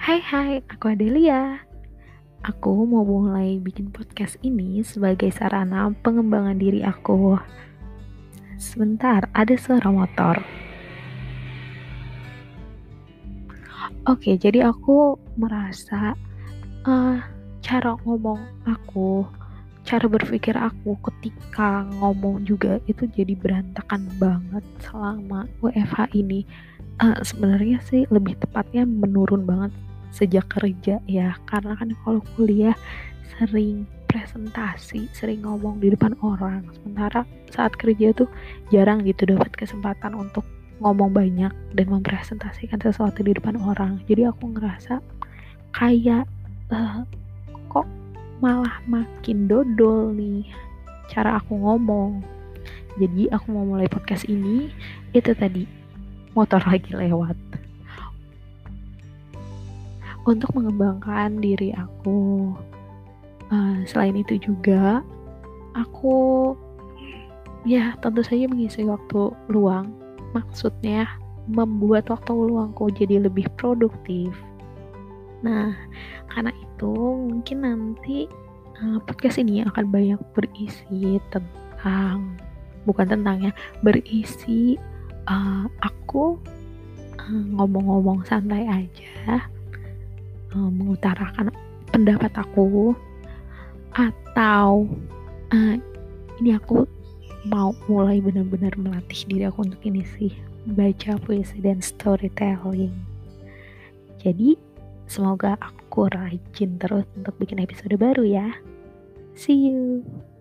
Hai, aku Adelia. Aku mau mulai bikin podcast ini sebagai sarana pengembangan diri aku. Sebentar, ada suara motor. Oke, jadi aku merasa eh, cara ngomong aku, cara berpikir aku ketika ngomong juga itu jadi berantakan banget selama WFH ini. Sebenarnya sih lebih tepatnya menurun banget sejak kerja ya, karena kan kalau kuliah sering presentasi, sering ngomong di depan orang, sementara saat kerja tuh jarang gitu dapat kesempatan untuk ngomong banyak dan mempresentasikan sesuatu di depan orang. Jadi aku ngerasa kayak eh, kok malah makin dodol nih cara aku ngomong. Jadi aku mau mulai podcast ini, itu tadi motor lagi lewat, untuk mengembangkan diri aku. Selain itu juga aku ya tentu saja mengisi waktu luang, maksudnya membuat waktu luangku jadi lebih produktif. Nah, karena itu mungkin nanti podcast ini akan banyak berisi tentang, bukan tentang ya, berisi aku ngomong-ngomong santai aja, mengutarakan pendapat aku, atau uh, ini aku mau mulai benar-benar melatih diri aku untuk ini sih, baca puisi dan storytelling. Jadi semoga aku rajin terus untuk bikin episode baru ya. See you.